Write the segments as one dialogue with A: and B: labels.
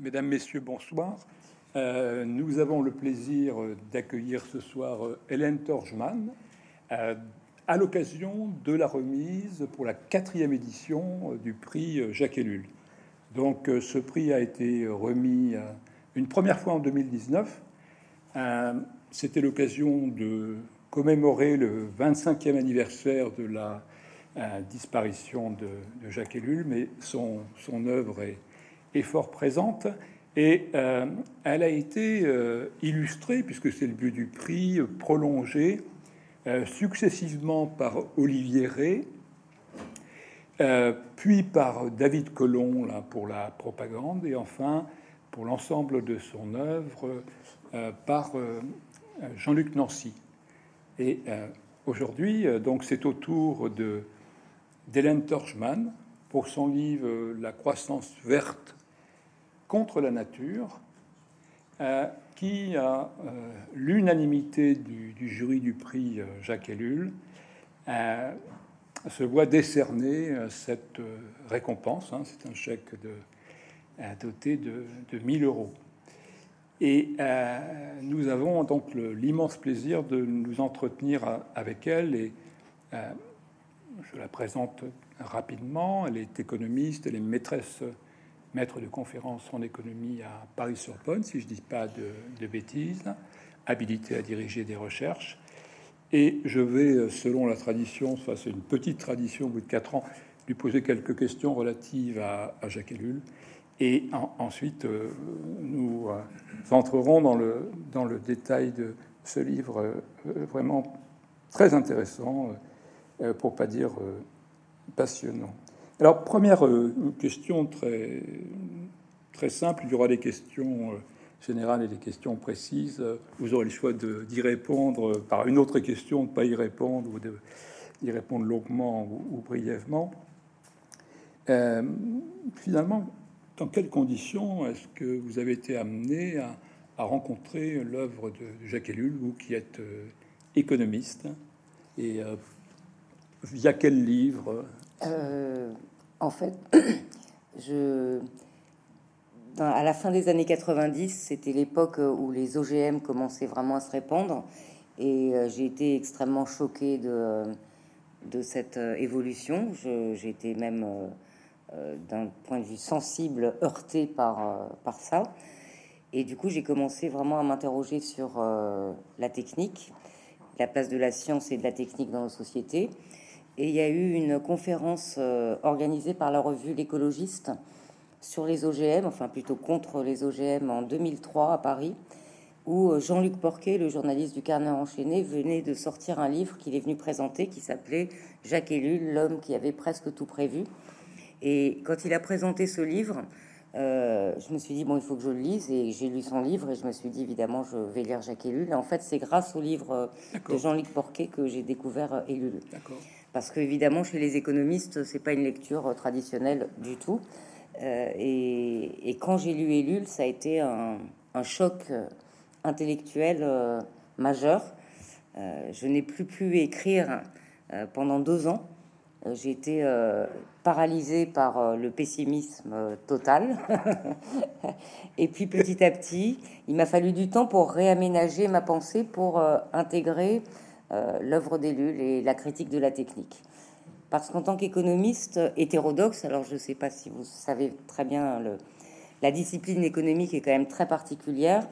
A: Mesdames, Messieurs, bonsoir. Nous avons le plaisir d'accueillir ce soir Hélène Torgeman à l'occasion de la remise pour la 4e édition du prix Jacques Ellul. Donc, ce prix a été remis une première fois en 2019. C'était l'occasion de commémorer le 25e anniversaire de la disparition de Jacques Ellul, mais son œuvre est fort présente et elle a été illustrée, puisque c'est le but du prix, prolongée successivement par Olivier Rey, puis par David Colomb là, pour la propagande, et enfin pour l'ensemble de son œuvre par Jean-Luc Nancy. Et aujourd'hui, donc, c'est au tour d'Hélène Torgeman pour son livre La croissance verte contre la nature, qui a l'unanimité du jury du prix Jacques Ellul, se voit décerner cette récompense. C'est un chèque doté de 1 000 €. Et nous avons donc l'immense plaisir de nous entretenir avec elle. Et je la présente rapidement. Elle est économiste, elle est maître de conférences en économie à Paris-Sorbonne, si je ne dis pas de bêtises, habilitée à diriger des recherches. Et je vais, selon la tradition, c'est une petite tradition, au bout de 4 ans, lui poser quelques questions relatives à Jacques Ellul. Et ensuite, nous entrerons dans le détail de ce livre vraiment très intéressant, pour pas dire passionnant. Alors, première question très, très simple. Il y aura des questions générales et des questions précises. Vous aurez le choix d'y répondre par une autre question, de ne pas y répondre, ou d'y répondre longuement ou brièvement. Finalement, dans quelles conditions est-ce que vous avez été amené à rencontrer l'œuvre de Jacques Ellul, vous qui êtes économiste, et via quel livre?
B: En fait, à la fin des années 90, c'était l'époque où les OGM commençaient vraiment à se répandre, et j'ai été extrêmement choquée de cette évolution. J'ai été même, d'un point de vue sensible, heurtée par ça. Et du coup, j'ai commencé vraiment à m'interroger sur la technique, la place de la science et de la technique dans nos sociétés. Et il y a eu une conférence organisée par la revue L'Écologiste sur les OGM, enfin plutôt contre les OGM, en 2003 à Paris, où Jean-Luc Porquet, le journaliste du Carnet enchaîné, venait de sortir un livre qu'il est venu présenter qui s'appelait Jacques Ellul, l'homme qui avait presque tout prévu. Et quand il a présenté ce livre, je me suis dit, bon, il faut que je le lise, et j'ai lu son livre, et je me suis dit, évidemment, je vais lire Jacques Ellul. Et en fait, c'est grâce au livre de Jean-Luc Porquet que j'ai découvert Ellul. Parce que, évidemment, chez les économistes, c'est pas une lecture traditionnelle du tout. Et quand j'ai lu Ellul, ça a été un choc intellectuel majeur. Je n'ai plus pu écrire pendant 2 ans. J'ai été paralysée par le pessimisme total. Et puis petit à petit, il m'a fallu du temps pour réaménager ma pensée, pour intégrer l'œuvre d'Ellul et la critique de la technique. Parce qu'en tant qu'économiste hétérodoxe, alors je ne sais pas si vous savez très bien, la discipline économique est quand même très particulière.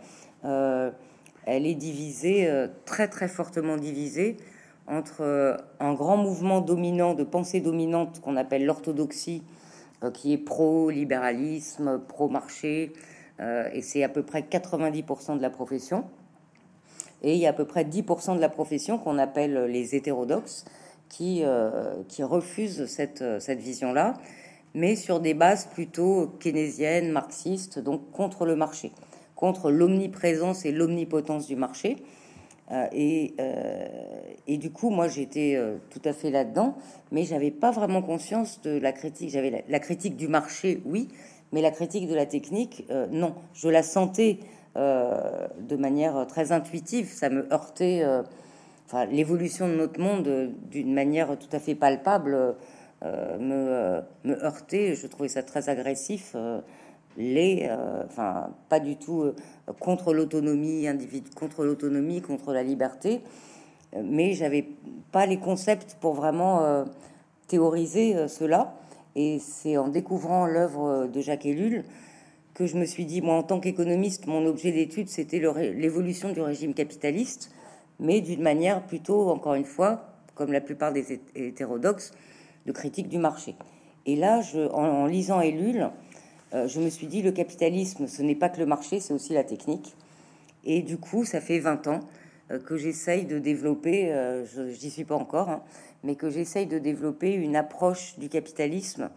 B: Elle est divisée, très très fortement divisée, entre un grand mouvement dominant, de pensée dominante qu'on appelle l'orthodoxie, qui est pro-libéralisme, pro-marché, et c'est à peu près 90% de la profession. Et il y a à peu près 10% de la profession qu'on appelle les hétérodoxes, qui refusent cette vision-là, mais sur des bases plutôt keynésiennes, marxistes, donc contre le marché, contre l'omniprésence et l'omnipotence du marché. Et du coup, moi, j'étais tout à fait là-dedans, mais j'avais pas vraiment conscience de la critique. J'avais la critique du marché, oui, mais la critique de la technique, non. Je la sentais de manière très intuitive. Ça me heurtait. Enfin, l'évolution de notre monde, d'une manière tout à fait palpable, me heurtait. Je trouvais ça très agressif. enfin pas du tout contre l'autonomie individuelle, contre la liberté, mais j'avais pas les concepts pour vraiment théoriser cela. Et c'est en découvrant l'œuvre de Jacques Ellul que je me suis dit, moi en tant qu'économiste, mon objet d'étude c'était l'évolution du régime capitaliste, mais d'une manière plutôt, encore une fois, comme la plupart des hétérodoxes, de critique du marché. Et là, en lisant Ellul, je me suis dit, le capitalisme, ce n'est pas que le marché, c'est aussi la technique. Et du coup, ça fait 20 ans que j'essaye de développer, j'y suis pas encore, hein, mais que j'essaye de développer une approche du capitalisme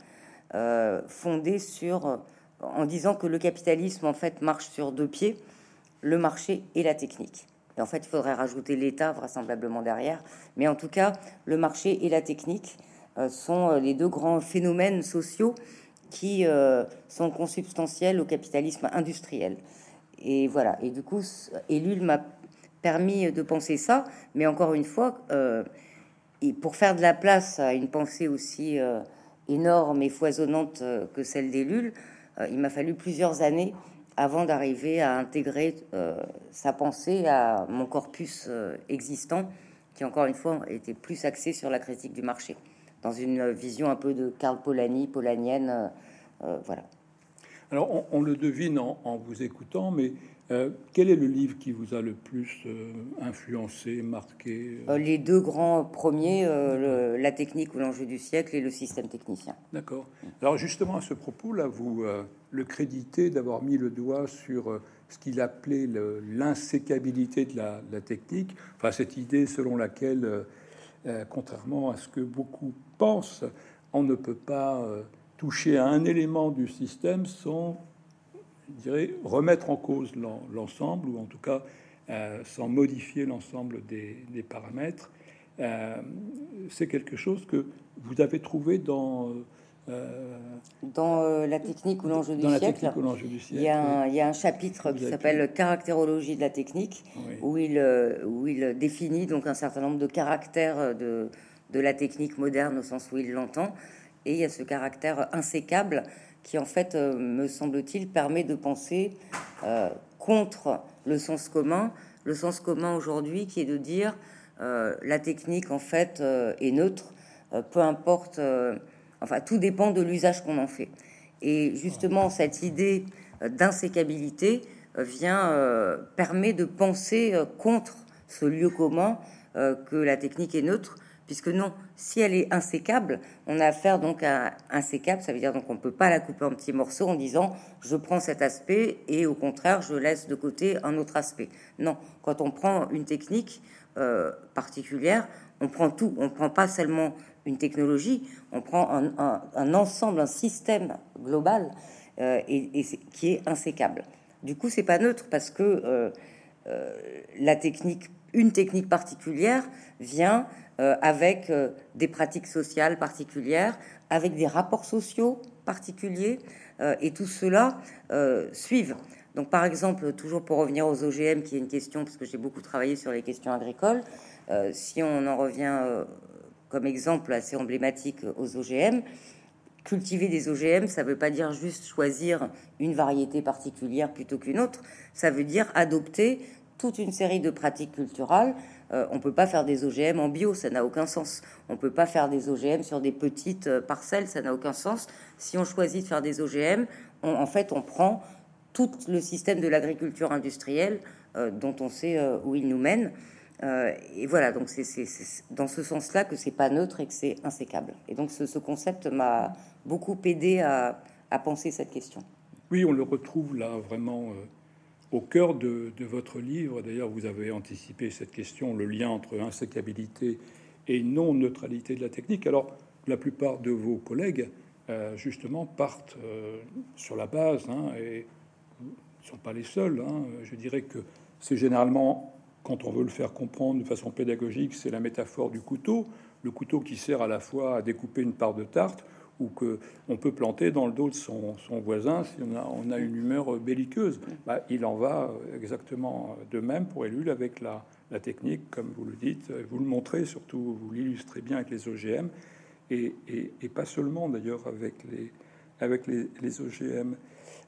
B: fondée en disant que le capitalisme, en fait, marche sur deux pieds, le marché et la technique. Et en fait, il faudrait rajouter l'État vraisemblablement derrière. Mais en tout cas, le marché et la technique sont les deux grands phénomènes sociaux qui sont consubstantiels au capitalisme industriel. Et voilà. Et du coup, Ellul m'a permis de penser ça. Mais encore une fois, et pour faire de la place à une pensée aussi énorme et foisonnante que celle d'Ellul, il m'a fallu plusieurs années avant d'arriver à intégrer sa pensée à mon corpus existant, qui encore une fois était plus axé sur la critique du marché, dans une vision un peu de Karl polannienne, voilà.
A: Alors, on le devine en vous écoutant, mais quel est le livre qui vous a le plus influencé, marqué
B: Les deux grands premiers, La technique ou l'enjeu du siècle et Le système technicien.
A: D'accord. Alors justement, à ce propos-là, vous le créditez d'avoir mis le doigt sur ce qu'il appelait l'insécabilité de la technique, enfin cette idée selon laquelle, contrairement à ce que beaucoup pensent, on ne peut pas toucher à un élément du système sans, je dirais, remettre en cause l'ensemble, ou en tout cas sans modifier l'ensemble des paramètres. C'est quelque chose que vous avez trouvé dans
B: La technique ou l'enjeu du siècle. Il y a un chapitre qui s'appelle Caractérologie de la technique, oui, où il définit donc un certain nombre de caractères de la technique moderne au sens où il l'entend. Et il y a ce caractère insécable qui, en fait, me semble-t-il, permet de penser contre le sens commun. Le sens commun aujourd'hui qui est de dire la technique, en fait, est neutre, peu importe, enfin, tout dépend de l'usage qu'on en fait. Et justement, cette idée d'insécabilité permet de penser contre ce lieu commun que la technique est neutre, puisque non, si elle est insécable, on a affaire donc à insécable, ça veut dire donc on peut pas la couper en petits morceaux en disant je prends cet aspect et au contraire je laisse de côté un autre aspect. Non, quand on prend une technique particulière, on prend tout, on prend pas seulement une technologie, on prend un ensemble, un système global qui est insécable. Du coup, c'est pas neutre parce que une technique particulière vient avec des pratiques sociales particulières, avec des rapports sociaux particuliers, et tout cela suivent. Donc, par exemple, toujours pour revenir aux OGM, qui est une question, parce que j'ai beaucoup travaillé sur les questions agricoles, si on en revient comme exemple assez emblématique aux OGM, cultiver des OGM, ça ne veut pas dire juste choisir une variété particulière plutôt qu'une autre, ça veut dire adopter toute une série de pratiques culturales. On ne peut pas faire des OGM en bio, ça n'a aucun sens. On ne peut pas faire des OGM sur des petites parcelles, ça n'a aucun sens. Si on choisit de faire des OGM, en fait, on prend tout le système de l'agriculture industrielle dont on sait où il nous mène. Et voilà, donc c'est dans ce sens-là que c'est pas neutre et que c'est insécable. Et donc ce concept m'a beaucoup aidé à penser cette question.
A: Oui, on le retrouve là vraiment au cœur de votre livre. D'ailleurs, vous avez anticipé cette question, le lien entre insécabilité et non-neutralité de la technique. Alors, la plupart de vos collègues, justement, partent sur la base, et ne sont pas les seuls. Je dirais que c'est généralement, quand on veut le faire comprendre de façon pédagogique, c'est la métaphore du couteau. Le couteau qui sert à la fois à découper une part de tarte ou que on peut planter dans le dos de son voisin si on a une humeur belliqueuse. Il en va exactement de même pour Ellul avec la technique, comme vous le dites, vous le montrez, surtout vous l'illustrez bien avec les OGM, et pas seulement d'ailleurs avec les OGM.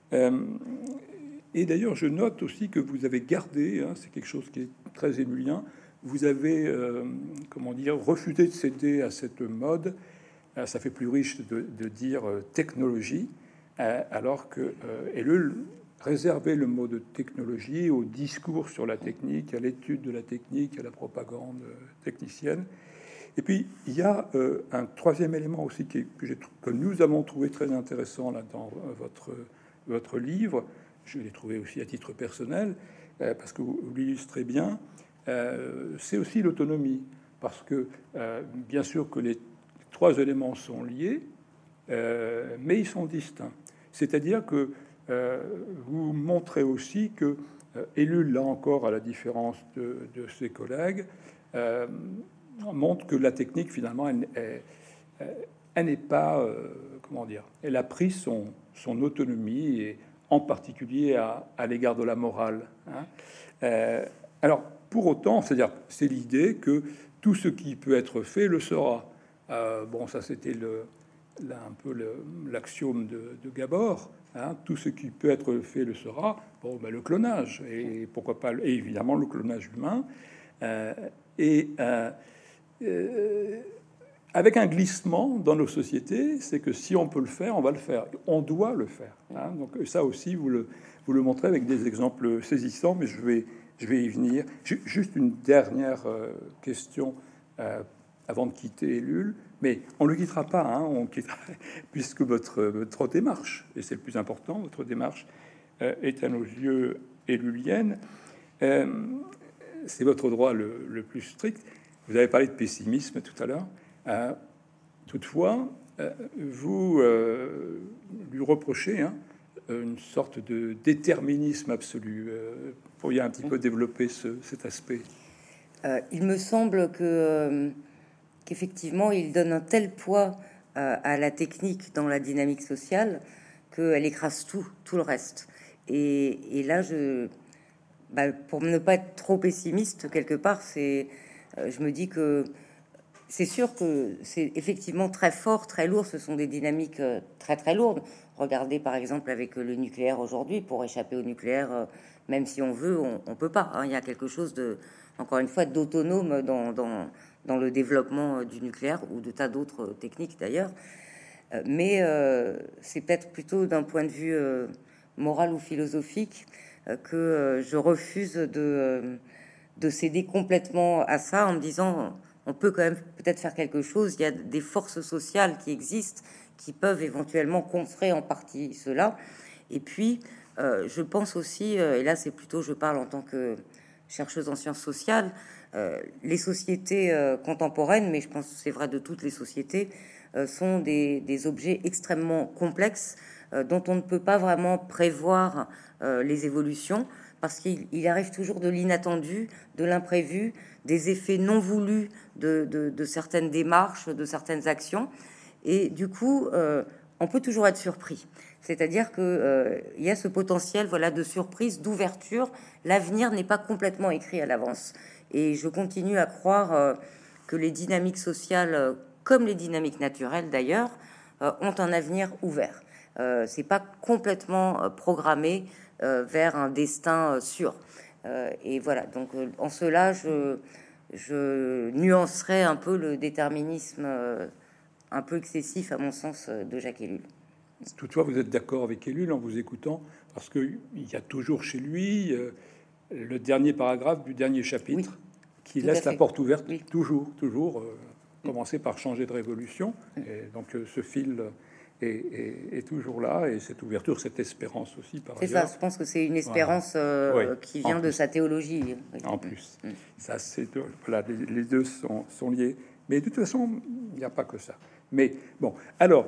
A: Et d'ailleurs, je note aussi que vous avez gardé, hein, c'est quelque chose qui est très émulien, vous avez, comment dire, refusé de céder à cette mode. Ça fait plus riche de dire technologie, alors que Ellul réservait le mot de technologie au discours sur la technique, à l'étude de la technique, à la propagande technicienne. Et puis, il y a un troisième élément aussi que nous avons trouvé très intéressant là, dans votre livre. Je l'ai trouvé aussi à titre personnel, parce que vous l'illustrez bien. C'est aussi l'autonomie, parce que bien sûr que les trois éléments sont liés, mais ils sont distincts. C'est-à-dire que vous montrez aussi que Ellul, là encore, à la différence de ses collègues, montre que la technique, finalement, elle n'est pas, comment dire, elle a pris son autonomie, et en particulier à l'égard de la morale. Hein. Alors, pour autant, c'est-à-dire, c'est l'idée que tout ce qui peut être fait le sera. Bon, ça, c'était un peu l'axiome de Gabor. Hein, tout ce qui peut être fait le sera. Bon, ben, le clonage, et pourquoi pas, et évidemment, le clonage humain. Avec un glissement dans nos sociétés, c'est que si on peut le faire, on va le faire. On doit le faire. Hein. Donc ça aussi, vous le montrez avec des exemples saisissants, mais je vais y venir. Juste une dernière question avant de quitter Ellul, mais on ne le quittera pas, hein, puisque votre démarche, et c'est le plus important, votre démarche est à nos yeux ellulienne. C'est votre droit le plus strict. Vous avez parlé de pessimisme tout à l'heure. Toutefois, vous lui reprochez une sorte de déterminisme absolu. Pourriez un petit peu développer cet aspect?
B: Il me semble qu'effectivement, il donne un tel poids à la technique dans la dynamique sociale qu'elle écrase tout le reste. Et là, pour ne pas être trop pessimiste, quelque part, je me dis que c'est sûr que c'est effectivement très fort, très lourd. Ce sont des dynamiques très très lourdes. Regardez par exemple avec le nucléaire aujourd'hui. Pour échapper au nucléaire, même si on veut, on peut pas. Hein. Il y a quelque chose encore une fois, d'autonome dans le développement du nucléaire ou de tas d'autres techniques d'ailleurs. Mais c'est peut-être plutôt d'un point de vue moral ou philosophique que je refuse de céder complètement à ça en me disant on peut quand même peut-être faire quelque chose. Il y a des forces sociales qui existent qui peuvent éventuellement contrer en partie cela. Et puis, je pense aussi, et là c'est plutôt, je parle en tant que chercheuse en sciences sociales, les sociétés contemporaines, mais je pense que c'est vrai de toutes les sociétés, sont des objets extrêmement complexes dont on ne peut pas vraiment prévoir les évolutions, parce qu'il arrive toujours de l'inattendu, de l'imprévu, des effets non voulus de certaines démarches, de certaines actions, et du coup, on peut toujours être surpris. C'est-à-dire que il y a ce potentiel, voilà, de surprise, d'ouverture. L'avenir n'est pas complètement écrit à l'avance, et je continue à croire que les dynamiques sociales, comme les dynamiques naturelles d'ailleurs, ont un avenir ouvert. C'est pas complètement programmé vers un destin sûr. Et voilà, donc en cela, je nuancerais un peu le déterminisme un peu excessif, à mon sens, de Jacques Ellul.
A: Toutefois, vous êtes d'accord avec Ellul en vous écoutant, parce qu'il y a toujours chez lui le dernier paragraphe du dernier chapitre, oui, qui laisse la porte ouverte, oui, toujours, commencer par changer de révolution. Et donc ce fil est toujours là, et cette ouverture, cette espérance aussi.
B: C'est ça, je pense que c'est une espérance qui vient de sa théologie.
A: En plus, ça, c'est voilà, les deux sont liés. Mais de toute façon, il n'y a pas que ça. Mais bon, alors,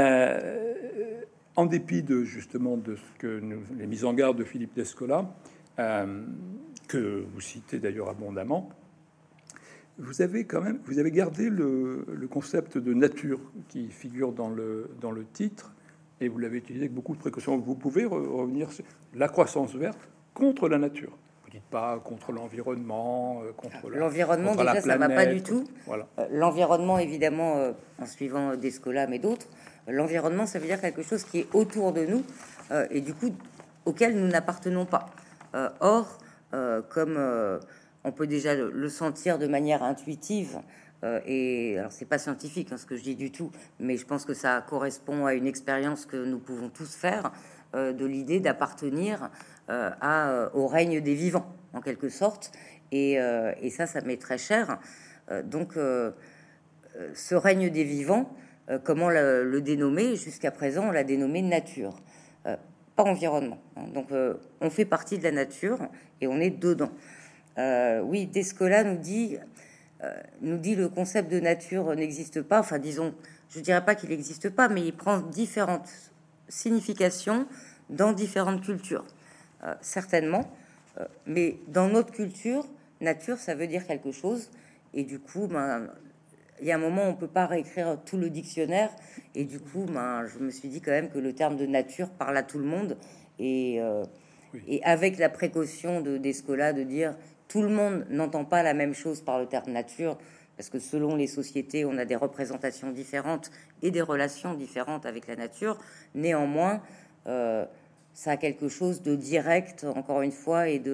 A: en dépit justement de ce que les mises en garde de Philippe Descola, que vous citez d'ailleurs abondamment, vous avez gardé le concept de nature qui figure dans le titre, et vous l'avez utilisé avec beaucoup de précaution. Vous pouvez revenir sur la croissance verte contre la nature. Vous dites pas contre l'environnement, contre
B: l'environnement, déjà, ça va pas du tout. Voilà. L'environnement, évidemment, en suivant Descola, mais d'autres, L'environnement, ça veut dire quelque chose qui est autour de nous et du coup auquel nous n'appartenons pas. Or, comme on peut déjà le sentir de manière intuitive, et alors c'est pas scientifique ce que je dis du tout, mais je pense que ça correspond à une expérience que nous pouvons tous faire, de l'idée d'appartenir au règne des vivants, en quelque sorte, et ça m'est très cher. Donc, ce règne des vivants, comment le dénommer? Jusqu'à présent, on l'a dénommé nature, pas environnement. Donc, on fait partie de la nature et on est dedans. Oui, Descola nous dit le concept de nature n'existe pas. Enfin, disons, je dirais pas qu'il n'existe pas, mais il prend différentes significations dans différentes cultures, certainement. Mais dans notre culture, nature, ça veut dire quelque chose. Et du coup, il y a un moment, on peut pas réécrire tout le dictionnaire. Et du coup, je me suis dit quand même que le terme de nature parle à tout le monde. Et avec la précaution d'Escola de dire tout le monde n'entend pas la même chose par le terme nature, parce que selon les sociétés, on a des représentations différentes et des relations différentes avec la nature. Néanmoins, ça a quelque chose de direct, encore une fois, et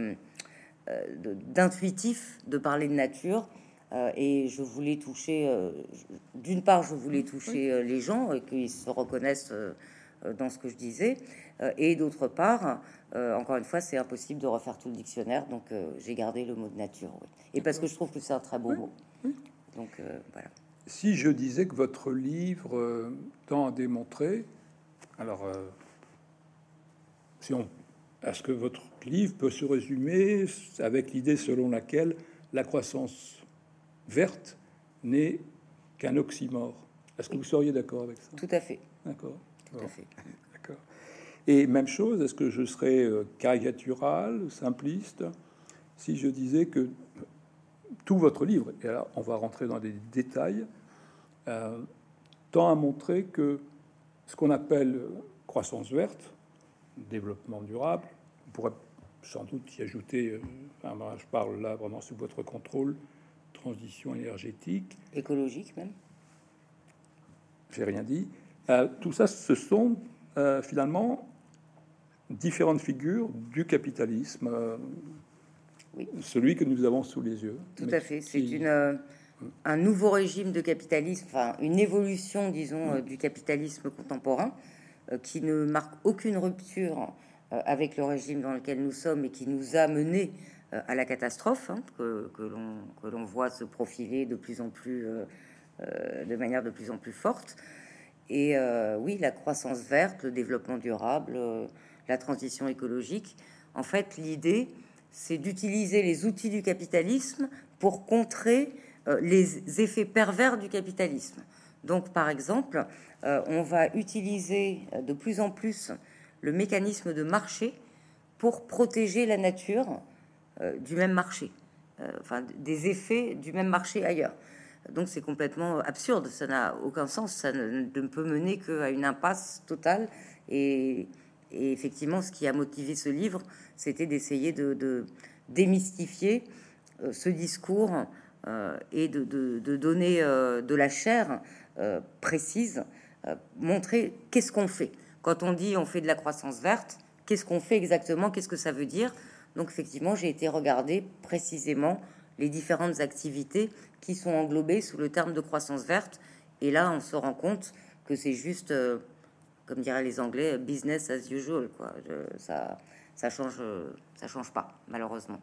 B: d'intuitif de parler de nature. Et je voulais toucher, d'une part, je voulais toucher les gens et qu'ils se reconnaissent dans ce que je disais, et d'autre part, encore une fois, c'est impossible de refaire tout le dictionnaire, donc j'ai gardé le mot de nature, et parce que je trouve que c'est un très beau mot. Donc voilà.
A: Si je disais que votre livre tend à démontrer, alors est-ce que votre livre peut se résumer avec l'idée selon laquelle la croissance verte n'est qu'un oxymore? Est-ce que vous seriez d'accord avec ça?
B: Tout à fait.
A: D'accord.
B: Tout à fait.
A: D'accord. Et même chose, est-ce que je serais caricatural, simpliste, si je disais que tout votre livre, et là on va rentrer dans des détails, tend à montrer que ce qu'on appelle croissance verte, développement durable, on pourrait sans doute y ajouter, je parle là vraiment sous votre contrôle, transition énergétique,
B: écologique même.
A: J'ai rien dit. Tout ça, ce sont finalement différentes figures du capitalisme, celui que nous avons sous les yeux.
B: Tout à fait. C'est un nouveau régime de capitalisme, enfin une évolution, disons, du capitalisme contemporain, qui ne marque aucune rupture avec le régime dans lequel nous sommes et qui nous a menés à la catastrophe, que l'on voit se profiler de plus en plus, de manière de plus en plus forte. Et oui, la croissance verte, le développement durable, la transition écologique. En fait, l'idée, c'est d'utiliser les outils du capitalisme pour contrer les effets pervers du capitalisme. Donc, par exemple, on va utiliser de plus en plus le mécanisme de marché pour protéger la nature du même marché, enfin des effets du même marché ailleurs. Donc c'est complètement absurde, ça n'a aucun sens, ça ne peut mener qu'à une impasse totale. Et effectivement, ce qui a motivé ce livre, c'était d'essayer de démystifier ce discours et de donner de la chair précise, montrer qu'est-ce qu'on fait. Quand on dit on fait de la croissance verte, qu'est-ce qu'on fait exactement, qu'est-ce que ça veut dire? Donc effectivement, j'ai été regarder précisément les différentes activités qui sont englobées sous le terme de croissance verte. Et là, on se rend compte que c'est juste, comme diraient les Anglais, business as usual, quoi. Ça change pas, malheureusement.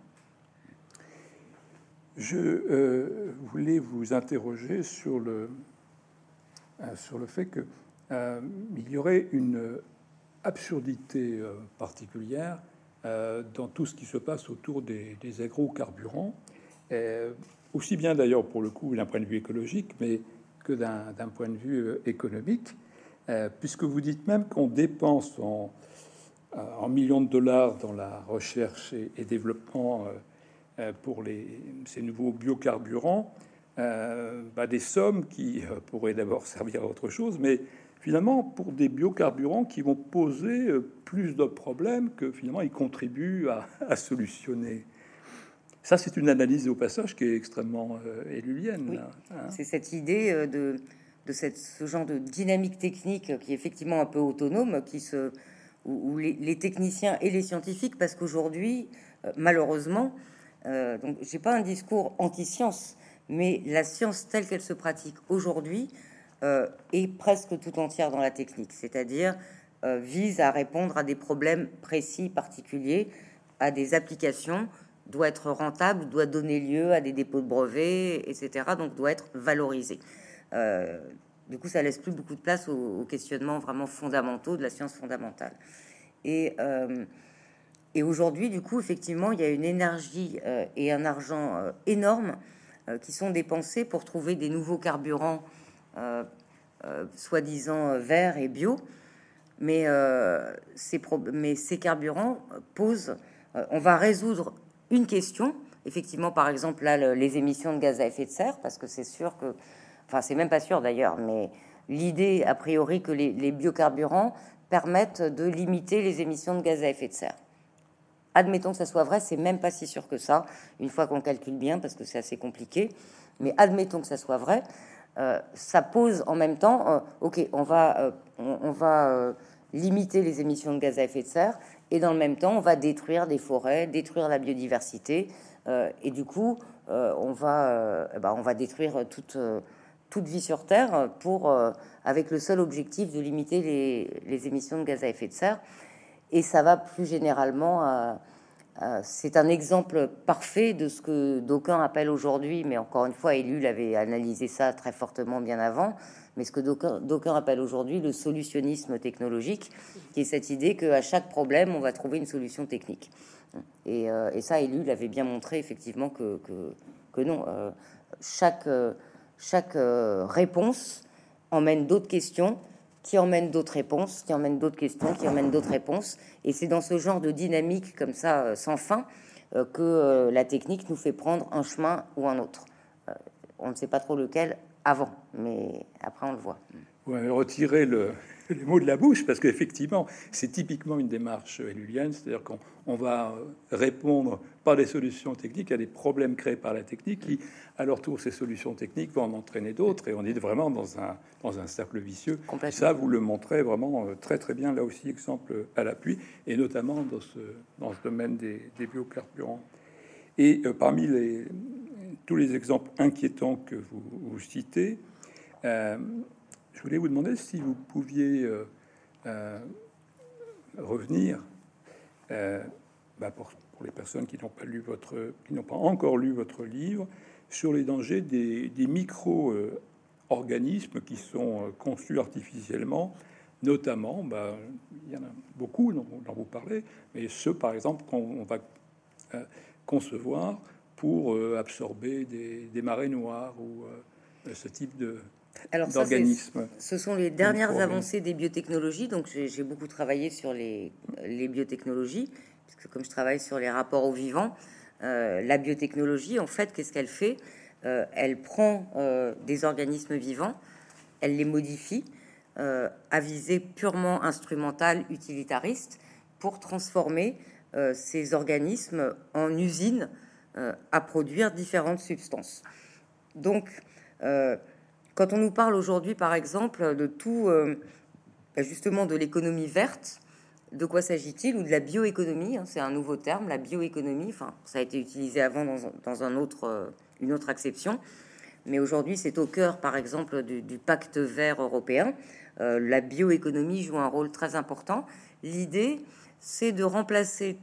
A: Je voulais vous interroger sur le fait que il y aurait une absurdité particulière dans tout ce qui se passe autour des agrocarburants, aussi bien d'ailleurs pour le coup d'un point de vue écologique, mais que d'un point de vue économique, puisque vous dites même qu'on dépense en millions de dollars dans la recherche et développement pour ces nouveaux biocarburants, des sommes qui pourraient d'abord servir à autre chose, mais finalement pour des biocarburants qui vont poser plus de problèmes que finalement ils contribuent à solutionner. Ça, c'est une analyse au passage qui est extrêmement élulienne.
B: Oui.
A: Là, hein.
B: C'est cette idée ce genre de dynamique technique qui est effectivement un peu autonome, où les techniciens et les scientifiques, parce qu'aujourd'hui, malheureusement, donc j'ai pas un discours anti-science, mais la science telle qu'elle se pratique aujourd'hui est presque tout entière dans la technique, c'est-à-dire vise à répondre à des problèmes précis, particuliers, à des applications, doit être rentable, doit donner lieu à des dépôts de brevets, etc. Donc doit être valorisé. Du coup, ça laisse plus beaucoup de place aux questionnements vraiment fondamentaux de la science fondamentale. Et aujourd'hui, du coup, effectivement, il y a une énergie et un argent énorme qui sont dépensés pour trouver des nouveaux carburants soi-disant verts et bio. Mais ces carburants posent... on va résoudre une question, effectivement, par exemple, là, les émissions de gaz à effet de serre, parce que c'est sûr que... Enfin, c'est même pas sûr d'ailleurs, mais l'idée, a priori, que les biocarburants permettent de limiter les émissions de gaz à effet de serre. Admettons que ça soit vrai, c'est même pas si sûr que ça, une fois qu'on calcule bien, parce que c'est assez compliqué, mais admettons que ça soit vrai, ça pose en même temps, ok, on va limiter les émissions de gaz à effet de serre, et dans le même temps, on va détruire des forêts, détruire la biodiversité, et du coup, on va détruire toute vie sur Terre avec le seul objectif de limiter les émissions de gaz à effet de serre. Et ça va plus généralement... c'est un exemple parfait de ce que d'aucuns appellent aujourd'hui, mais encore une fois, Ellul avait analysé ça très fortement bien avant, mais ce que d'aucuns appellent aujourd'hui le solutionnisme technologique, qui est cette idée qu'à chaque problème, on va trouver une solution technique. Et ça, Ellul avait bien montré effectivement que non. Chaque réponse emmène d'autres questions, qui emmènent d'autres réponses, qui emmènent d'autres questions, qui emmènent d'autres réponses. Et c'est dans ce genre de dynamique comme ça, sans fin, que la technique nous fait prendre un chemin ou un autre. On ne sait pas trop lequel avant, mais après on le voit.
A: Ouais, retirer les mots de la bouche, parce qu'effectivement, c'est typiquement une démarche ellulienne, c'est-à-dire qu'on va répondre par des solutions techniques à des problèmes créés par la technique, qui, à leur tour, ces solutions techniques vont en entraîner d'autres, et on est vraiment dans un cercle vicieux. Et ça, vous le montrez vraiment très très bien, là aussi, exemple à l'appui, et notamment dans ce domaine des biocarburants. Et parmi tous les exemples inquiétants que vous citez, je voulais vous demander si vous pouviez revenir pour les personnes qui n'ont pas encore lu votre livre, sur les dangers des micro-organismes qui sont conçus artificiellement, notamment, il y en a beaucoup dont vous parlez, mais ceux par exemple qu'on va concevoir pour absorber des marées noires ou ce type d'organismes.
B: Ce sont les dernières avancées des biotechnologies. Donc j'ai beaucoup travaillé sur les biotechnologies, puisque comme je travaille sur les rapports aux vivants, la biotechnologie, en fait, qu'est-ce qu'elle fait? Elle prend des organismes vivants, elle les modifie à visée purement instrumentale, utilitariste, pour transformer ces organismes en usines à produire différentes substances. Donc, quand on nous parle aujourd'hui, par exemple, de tout, justement, de l'économie verte, de quoi s'agit-il? Ou de la bioéconomie, c'est un nouveau terme, la bioéconomie. Enfin, ça a été utilisé avant dans une autre acception, mais aujourd'hui, c'est au cœur, par exemple, du pacte vert européen. La bioéconomie joue un rôle très important. L'idée, c'est de remplacer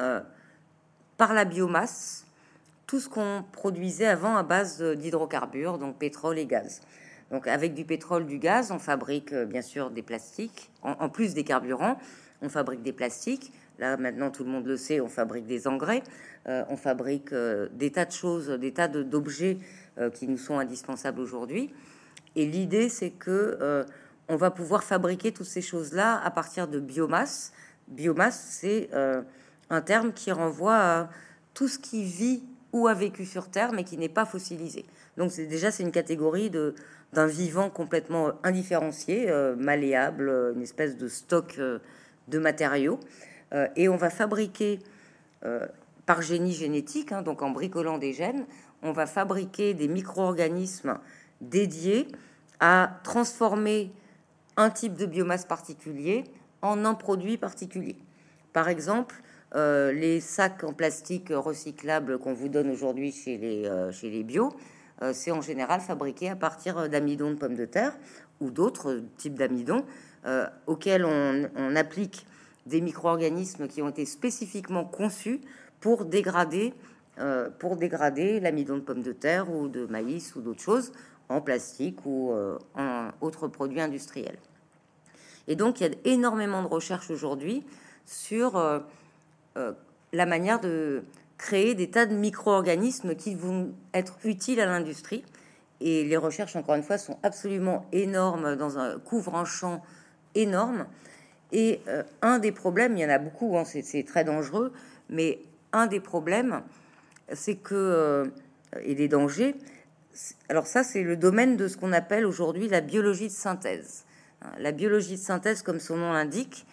B: par la biomasse tout ce qu'on produisait avant à base d'hydrocarbures, donc pétrole et gaz. Donc avec du pétrole, du gaz, on fabrique bien sûr des plastiques. En plus des carburants, on fabrique des plastiques. Là maintenant, tout le monde le sait, on fabrique des engrais. On fabrique des tas de choses, des tas d'objets qui nous sont indispensables aujourd'hui. Et l'idée, c'est que on va pouvoir fabriquer toutes ces choses-là à partir de biomasse. Biomasse, c'est un terme qui renvoie à tout ce qui vit ou a vécu sur Terre, mais qui n'est pas fossilisé. Donc c'est une catégorie d'un vivant complètement indifférencié, malléable, une espèce de stock de matériaux. Et on va fabriquer, par génie génétique, donc en bricolant des gènes, on va fabriquer des micro-organismes dédiés à transformer un type de biomasse particulier en un produit particulier. Par exemple, les sacs en plastique recyclables qu'on vous donne aujourd'hui chez les bio, c'est en général fabriqué à partir d'amidon de pommes de terre ou d'autres types d'amidon auxquels on applique des micro-organismes qui ont été spécifiquement conçus pour dégrader l'amidon de pommes de terre ou de maïs ou d'autres choses en plastique ou en autres produits industriels. Et donc, il y a énormément de recherches aujourd'hui sur la manière de créer des tas de micro-organismes qui vont être utiles à l'industrie. Et les recherches, encore une fois, sont absolument énormes, couvrent un champ énorme. Et un des problèmes, il y en a beaucoup, hein, c'est très dangereux, mais un des problèmes, c'est que, et des dangers, alors ça, c'est le domaine de ce qu'on appelle aujourd'hui la biologie de synthèse. La biologie de synthèse, comme son nom l'indique,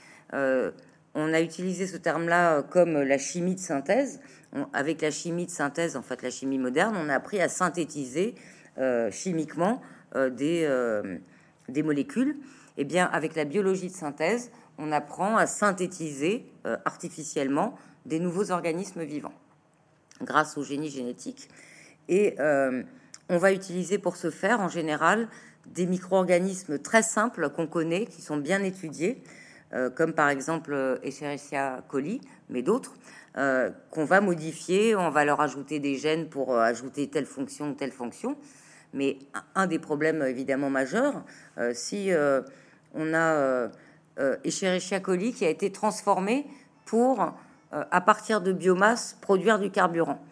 B: on a utilisé ce terme-là comme la chimie de synthèse. Avec la chimie de synthèse, en fait, la chimie moderne, on a appris à synthétiser chimiquement des molécules. Eh bien, avec la biologie de synthèse, on apprend à synthétiser artificiellement des nouveaux organismes vivants grâce au génie génétique. Et on va utiliser pour ce faire, en général, des micro-organismes très simples qu'on connaît, qui sont bien étudiés, comme par exemple Escherichia coli, mais d'autres, qu'on va modifier, on va leur ajouter des gènes pour ajouter telle fonction ou telle fonction. Mais un des problèmes évidemment majeurs, si on a Escherichia coli qui a été transformé pour, à partir de biomasse, produire du carburant.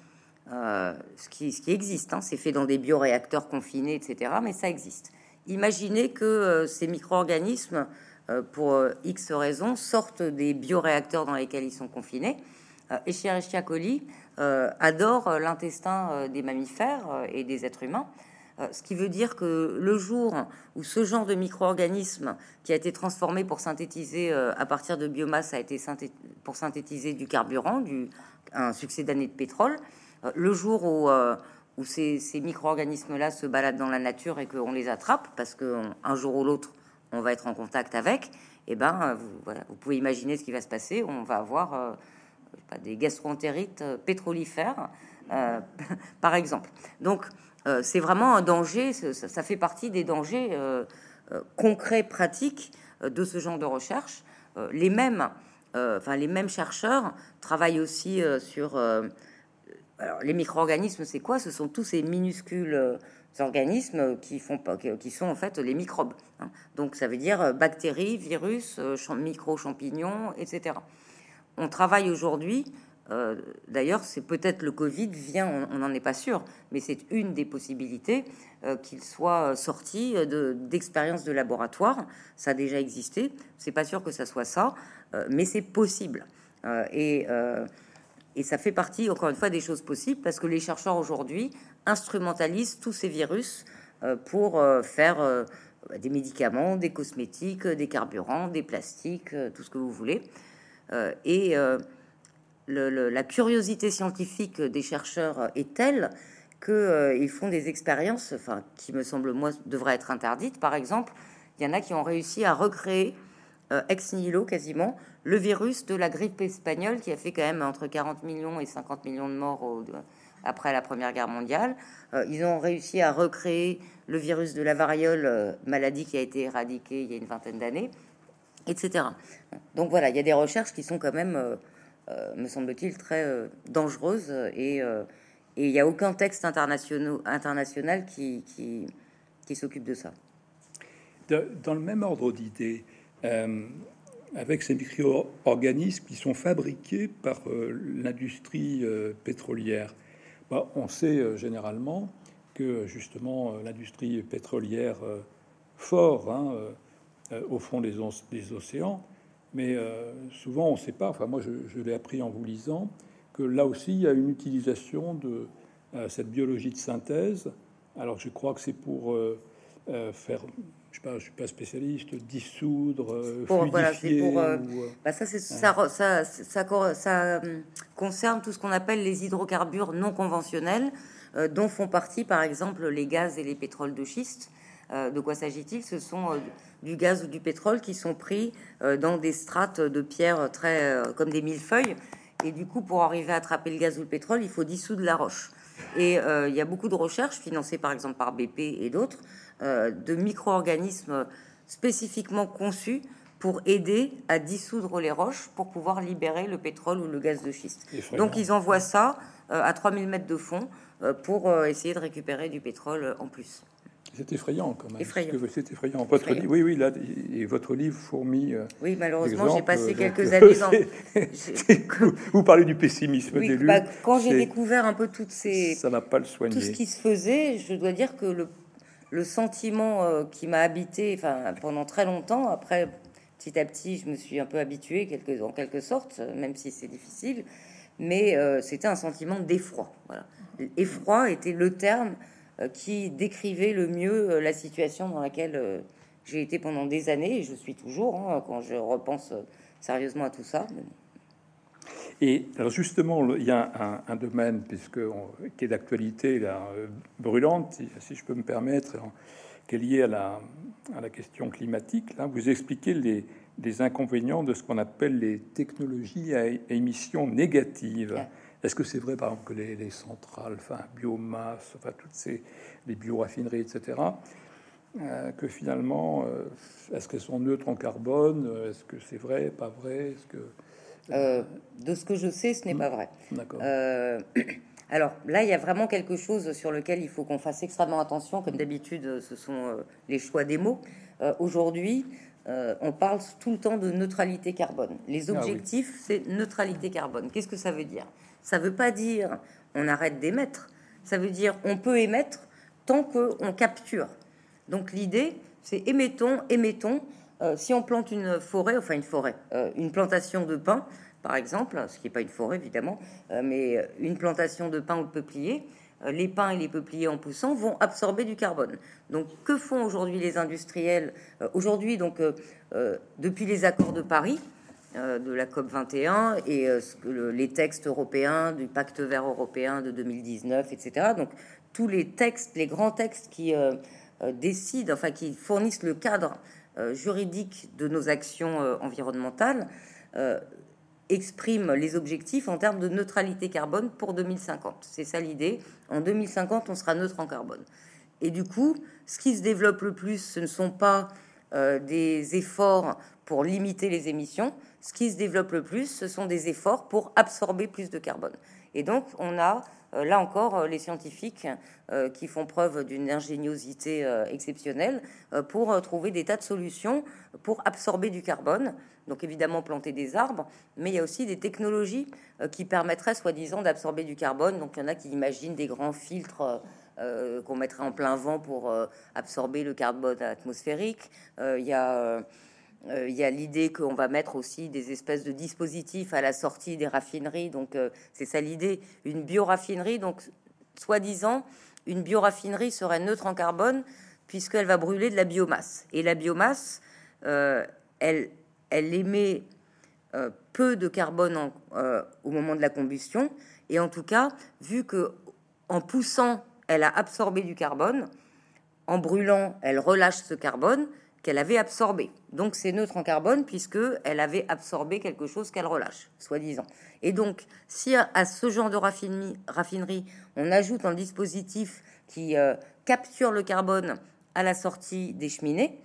B: Ce qui existe, hein, c'est fait dans des bioréacteurs confinés, etc., mais ça existe. Imaginez que ces micro-organismes, pour X raisons, sortent des bioréacteurs dans lesquels ils sont confinés. Escherichia coli adore l'intestin des mammifères et des êtres humains, ce qui veut dire que le jour où ce genre de micro-organisme qui a été transformé pour synthétiser à partir de biomasse pour synthétiser du carburant, un succédané de pétrole, le jour où ces micro-organismes-là se baladent dans la nature et qu'on les attrape, parce qu'un jour ou l'autre, on va être en contact avec, et ben, vous pouvez imaginer ce qui va se passer. On va avoir des gastro-entérites pétrolifères, par exemple. Donc, c'est vraiment un danger, ça fait partie des dangers concrets, pratiques de ce genre de recherche. Les mêmes chercheurs travaillent aussi sur... alors, les micro-organismes, c'est quoi? Ce sont tous ces minuscules organismes qui sont en fait les microbes. Hein. Donc, ça veut dire bactéries, virus, micro-champignons, etc. On travaille aujourd'hui... d'ailleurs, c'est peut-être le Covid vient, on n'en est pas sûr, mais c'est une des possibilités qu'il soit sorti d'expériences de laboratoire. Ça a déjà existé. C'est pas sûr que ça soit ça, mais c'est possible. Et ça fait partie, encore une fois, des choses possibles parce que les chercheurs aujourd'hui instrumentalisent tous ces virus pour faire des médicaments, des cosmétiques, des carburants, des plastiques, tout ce que vous voulez. La curiosité scientifique des chercheurs est telle qu'ils font des expériences, qui me semble, moi, devraient être interdites. Par exemple, il y en a qui ont réussi à recréer ex nihilo quasiment le virus de la grippe espagnole qui a fait quand même entre 40 millions et 50 millions de morts après la Première Guerre mondiale. Ils ont réussi à recréer le virus de la variole, maladie qui a été éradiquée il y a une vingtaine d'années, etc. Donc voilà, il y a des recherches qui sont quand même... me semble-t-il, très dangereuse et il n'y a aucun texte international qui s'occupe de ça.
A: Dans le même ordre d'idées, avec ces micro-organismes qui sont fabriqués par l'industrie pétrolière, on sait généralement que justement l'industrie pétrolière au fond des océans, mais souvent on ne sait pas, moi je l'ai appris en vous lisant, que là aussi il y a une utilisation de cette biologie de synthèse. Alors je crois que c'est pour faire, je ne suis pas spécialiste, dissoudre, fluidifier.
B: Ça concerne tout ce qu'on appelle les hydrocarbures non conventionnels, dont font partie par exemple les gaz et les pétroles de schiste. De quoi s'agit-il? Ce sont du gaz ou du pétrole qui sont pris dans des strates de pierre très comme des millefeuilles. Et du coup, pour arriver à attraper le gaz ou le pétrole, il faut dissoudre la roche. Et il y a beaucoup de recherches financées par exemple par BP et d'autres de micro-organismes spécifiquement conçus pour aider à dissoudre les roches pour pouvoir libérer le pétrole ou le gaz de schiste. Donc ils envoient ça à 3000 mètres de fond pour essayer de récupérer du pétrole en plus.
A: C'est effrayant quand même.
B: Effrayant.
A: C'est effrayant. Votre livre, oui, là, et votre livre fourmille.
B: Oui, malheureusement, j'ai passé
A: donc,
B: quelques années dans.
A: Vous parlez du pessimisme
B: oui,
A: d'élu.
B: Quand j'ai découvert un peu toutes ces.
A: Ça n'a pas le soigné.
B: Tout ce qui se faisait, je dois dire que le sentiment qui m'a habité, pendant très longtemps. Après, petit à petit, je me suis un peu habituée, en quelque sorte, même si c'est difficile. Mais c'était un sentiment d'effroi. Voilà. Effroi était le terme qui décrivait le mieux la situation dans laquelle j'ai été pendant des années, et je suis toujours, quand je repense sérieusement à tout ça.
A: Et alors justement, il y a un domaine qui est d'actualité brûlante, si je peux me permettre, qui est lié à la question climatique. Là, vous expliquez les inconvénients de ce qu'on appelle les technologies à émissions négatives. Yeah. Est-ce que c'est vrai, par exemple, que les centrales, biomasse, les bioraffineries, etc., que finalement, est-ce qu'elles sont neutres en carbone? Est-ce que c'est vrai, pas vrai?
B: De ce que je sais, ce n'est pas vrai.
A: D'accord.
B: Alors là, il y a vraiment quelque chose sur lequel il faut qu'on fasse extrêmement attention. Comme d'habitude, ce sont les choix des mots. Aujourd'hui, on parle tout le temps de neutralité carbone. Les objectifs, c'est neutralité carbone. Qu'est-ce que ça veut dire? Ça veut pas dire on arrête d'émettre. Ça veut dire on peut émettre tant qu'on capture. Donc l'idée, c'est émettons. Si on plante une plantation de pin, par exemple, ce qui n'est pas une forêt évidemment, mais une plantation de pin ou de peuplier, les pins et les peupliers en poussant vont absorber du carbone. Donc que font aujourd'hui les industriels? Aujourd'hui, depuis les accords de Paris, de la COP 21 et les textes européens, du pacte vert européen de 2019, etc. Donc tous les textes, les grands textes qui décident, qui fournissent le cadre juridique de nos actions environnementales, expriment les objectifs en termes de neutralité carbone pour 2050. C'est ça l'idée. En 2050, on sera neutre en carbone. Et du coup, ce qui se développe le plus, ce ne sont pas des efforts pour limiter les émissions. Ce qui se développe le plus, ce sont des efforts pour absorber plus de carbone. Et donc, on a là encore les scientifiques qui font preuve d'une ingéniosité exceptionnelle pour trouver des tas de solutions pour absorber du carbone. Donc évidemment planter des arbres, mais il y a aussi des technologies qui permettraient soi-disant d'absorber du carbone. Donc il y en a qui imaginent des grands filtres qu'on mettrait en plein vent pour absorber le carbone atmosphérique. Il y a l'idée qu'on va mettre aussi des espèces de dispositifs à la sortie des raffineries. Donc, c'est ça l'idée. Une bioraffinerie, donc, soi-disant, une bioraffinerie serait neutre en carbone puisqu'elle va brûler de la biomasse. Et la biomasse, elle émet peu de carbone au moment de la combustion. Et en tout cas, vu que en poussant, elle a absorbé du carbone, en brûlant, elle relâche ce carbone qu'elle avait absorbé. Donc c'est neutre en carbone puisqu'elle avait absorbé quelque chose qu'elle relâche, soi-disant. Et donc, si à ce genre de raffinerie, on ajoute un dispositif qui capture le carbone à la sortie des cheminées,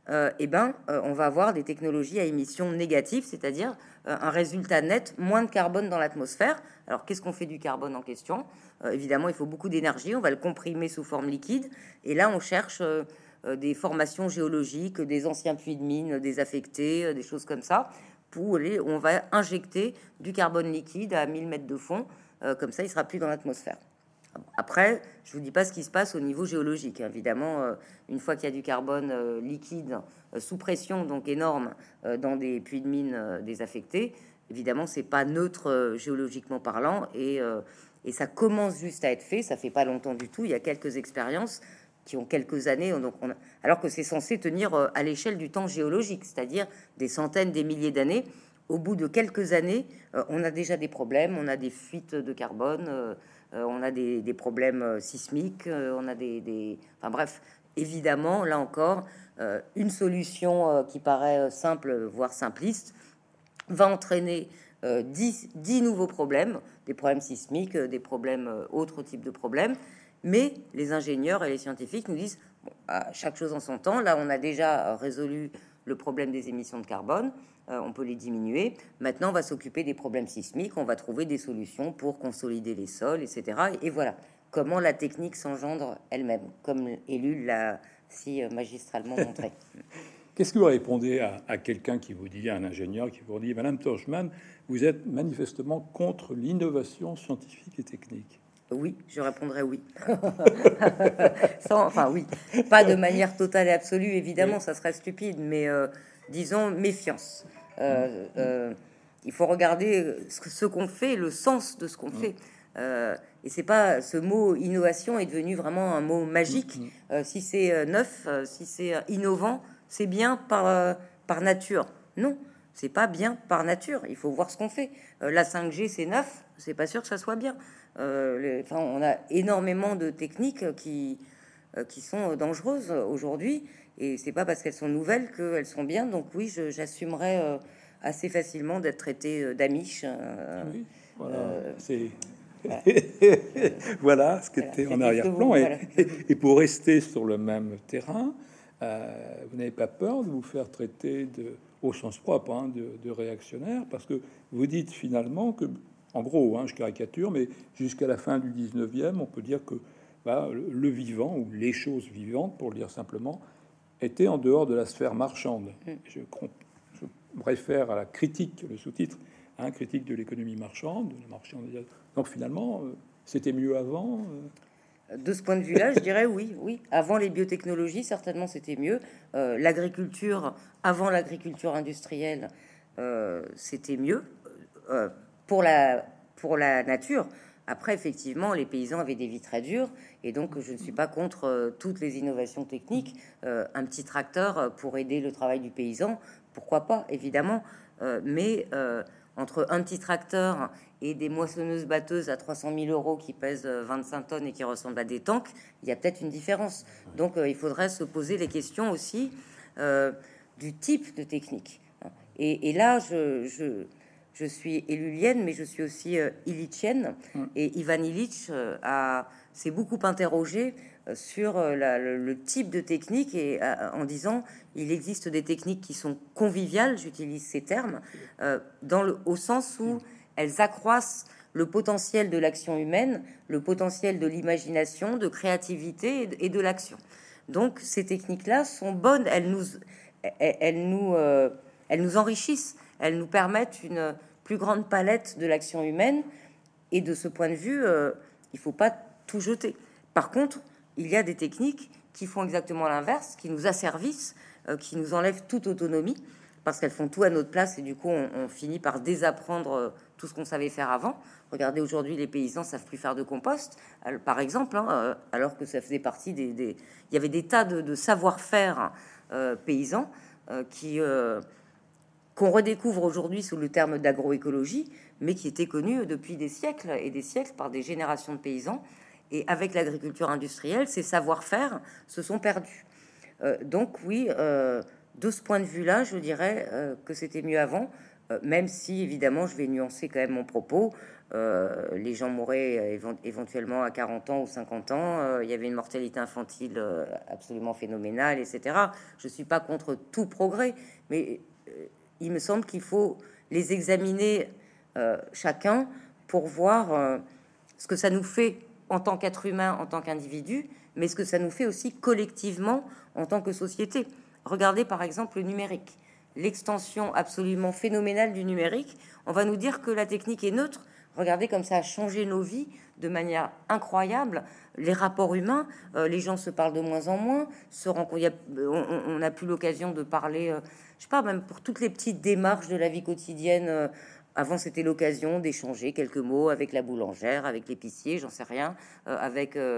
B: on va avoir des technologies à émissions négatives, c'est-à-dire un résultat net, moins de carbone dans l'atmosphère. Alors, qu'est-ce qu'on fait du carbone en question? Évidemment, il faut beaucoup d'énergie, on va le comprimer sous forme liquide, et là, on cherche des formations géologiques, des anciens puits de mines désaffectés, des choses comme ça, où on va injecter du carbone liquide à 1000 mètres de fond, comme ça, il sera plus dans l'atmosphère. Après, je vous dis pas ce qui se passe au niveau géologique. Évidemment, une fois qu'il y a du carbone liquide sous pression, donc énorme, dans des puits de mines désaffectés, évidemment, c'est pas neutre géologiquement parlant, et ça commence juste à être fait. Ça fait pas longtemps du tout. Il y a quelques expériences qui ont quelques années, alors que c'est censé tenir à l'échelle du temps géologique, c'est-à-dire des centaines, des milliers d'années. Au bout de quelques années, on a déjà des problèmes, on a des fuites de carbone, on a des problèmes sismiques, on a enfin bref, évidemment, là encore, une solution qui paraît simple, voire simpliste, va entraîner 10 nouveaux problèmes, des problèmes sismiques, des problèmes, autres types de problèmes. Mais les ingénieurs et les scientifiques nous disent, bon, à chaque chose en son temps, là on a déjà résolu le problème des émissions de carbone, on peut les diminuer. Maintenant on va s'occuper des problèmes sismiques, on va trouver des solutions pour consolider les sols, etc. Et voilà comment la technique s'engendre elle-même, comme Ellul l'a si magistralement montré.
A: Qu'est-ce que vous répondez à quelqu'un qui vous dit, à un ingénieur qui vous dit, Madame Torchman, vous êtes manifestement contre l'innovation scientifique et technique?
B: Oui, je répondrai oui. Enfin oui, pas de manière totale et absolue, évidemment, ça serait stupide, mais disons méfiance. Il faut regarder ce qu'on fait, le sens de ce qu'on fait. Et c'est pas, ce mot innovation est devenu vraiment un mot magique. Si c'est neuf, si c'est innovant, c'est bien par nature. Non, c'est pas bien par nature. Il faut voir ce qu'on fait. La 5G, c'est neuf, c'est pas sûr que ça soit bien. On a énormément de techniques qui sont dangereuses aujourd'hui, et c'est pas parce qu'elles sont nouvelles qu'elles sont bien. Donc oui, j'assumerais assez facilement d'être traité d'amiche.
A: Oui, voilà ce qui était en arrière-plan. Et pour rester sur le même terrain, vous n'avez pas peur de vous faire traiter au sens propre, hein, de réactionnaire, parce que vous dites finalement que, en gros, je caricature, mais jusqu'à la fin du 19e, on peut dire que le vivant, ou les choses vivantes, pour le dire simplement, étaient en dehors de la sphère marchande. Je réfère à la critique, le sous-titre, critique de l'économie marchande, Donc finalement, c'était mieux avant.
B: De ce point de vue-là, je dirais oui. Avant les biotechnologies, certainement, c'était mieux. L'agriculture, avant l'agriculture industrielle, c'était mieux pour la nature. Après, effectivement, les paysans avaient des vies très dures, et donc je ne suis pas contre toutes les innovations techniques. Un petit tracteur pour aider le travail du paysan, pourquoi pas, évidemment. Mais entre un petit tracteur et des moissonneuses-batteuses à 300 000 euros qui pèsent 25 tonnes et qui ressemblent à des tanks, il y a peut-être une différence. Donc il faudrait se poser les questions aussi du type de technique. Et là, je suis ellulienne, mais je suis aussi illichienne. Et Ivan Illich s'est beaucoup interrogé sur le type de technique, et en disant il existe des techniques qui sont conviviales, j'utilise ces termes, au sens où elles accroissent le potentiel de l'action humaine, le potentiel de l'imagination, de créativité et de l'action. Donc ces techniques-là sont bonnes, elles nous enrichissent, elles nous permettent une plus grande palette de l'action humaine, et de ce point de vue, il faut pas tout jeter. Par contre, il y a des techniques qui font exactement l'inverse, qui nous asservissent, qui nous enlèvent toute autonomie, parce qu'elles font tout à notre place, et du coup, on finit par désapprendre tout ce qu'on savait faire avant. Regardez, aujourd'hui, les paysans savent plus faire de compost, par exemple, alors que ça faisait partie il y avait des tas de savoir-faire paysans qu'on redécouvre aujourd'hui sous le terme d'agroécologie, mais qui étaient connus depuis des siècles et des siècles par des générations de paysans. Et avec l'agriculture industrielle, ces savoir-faire se sont perdus. Donc oui, de ce point de vue-là, je dirais que c'était mieux avant, même si, évidemment, je vais nuancer quand même mon propos. Les gens mouraient éventuellement à 40 ans ou 50 ans. Il y avait une mortalité infantile absolument phénoménale, etc. Je ne suis pas contre tout progrès, mais il me semble qu'il faut les examiner chacun pour voir ce que ça nous fait en tant qu'être humain, en tant qu'individu, mais ce que ça nous fait aussi collectivement en tant que société. Regardez par exemple le numérique, l'extension absolument phénoménale du numérique. On va nous dire que la technique est neutre. Regardez comme ça a changé nos vies de manière incroyable. Les rapports humains, les gens se parlent de moins en moins, on n'a plus l'occasion de parler, je sais pas, même pour toutes les petites démarches de la vie quotidienne. Avant, c'était l'occasion d'échanger quelques mots avec la boulangère, avec l'épicier, j'en sais rien, avec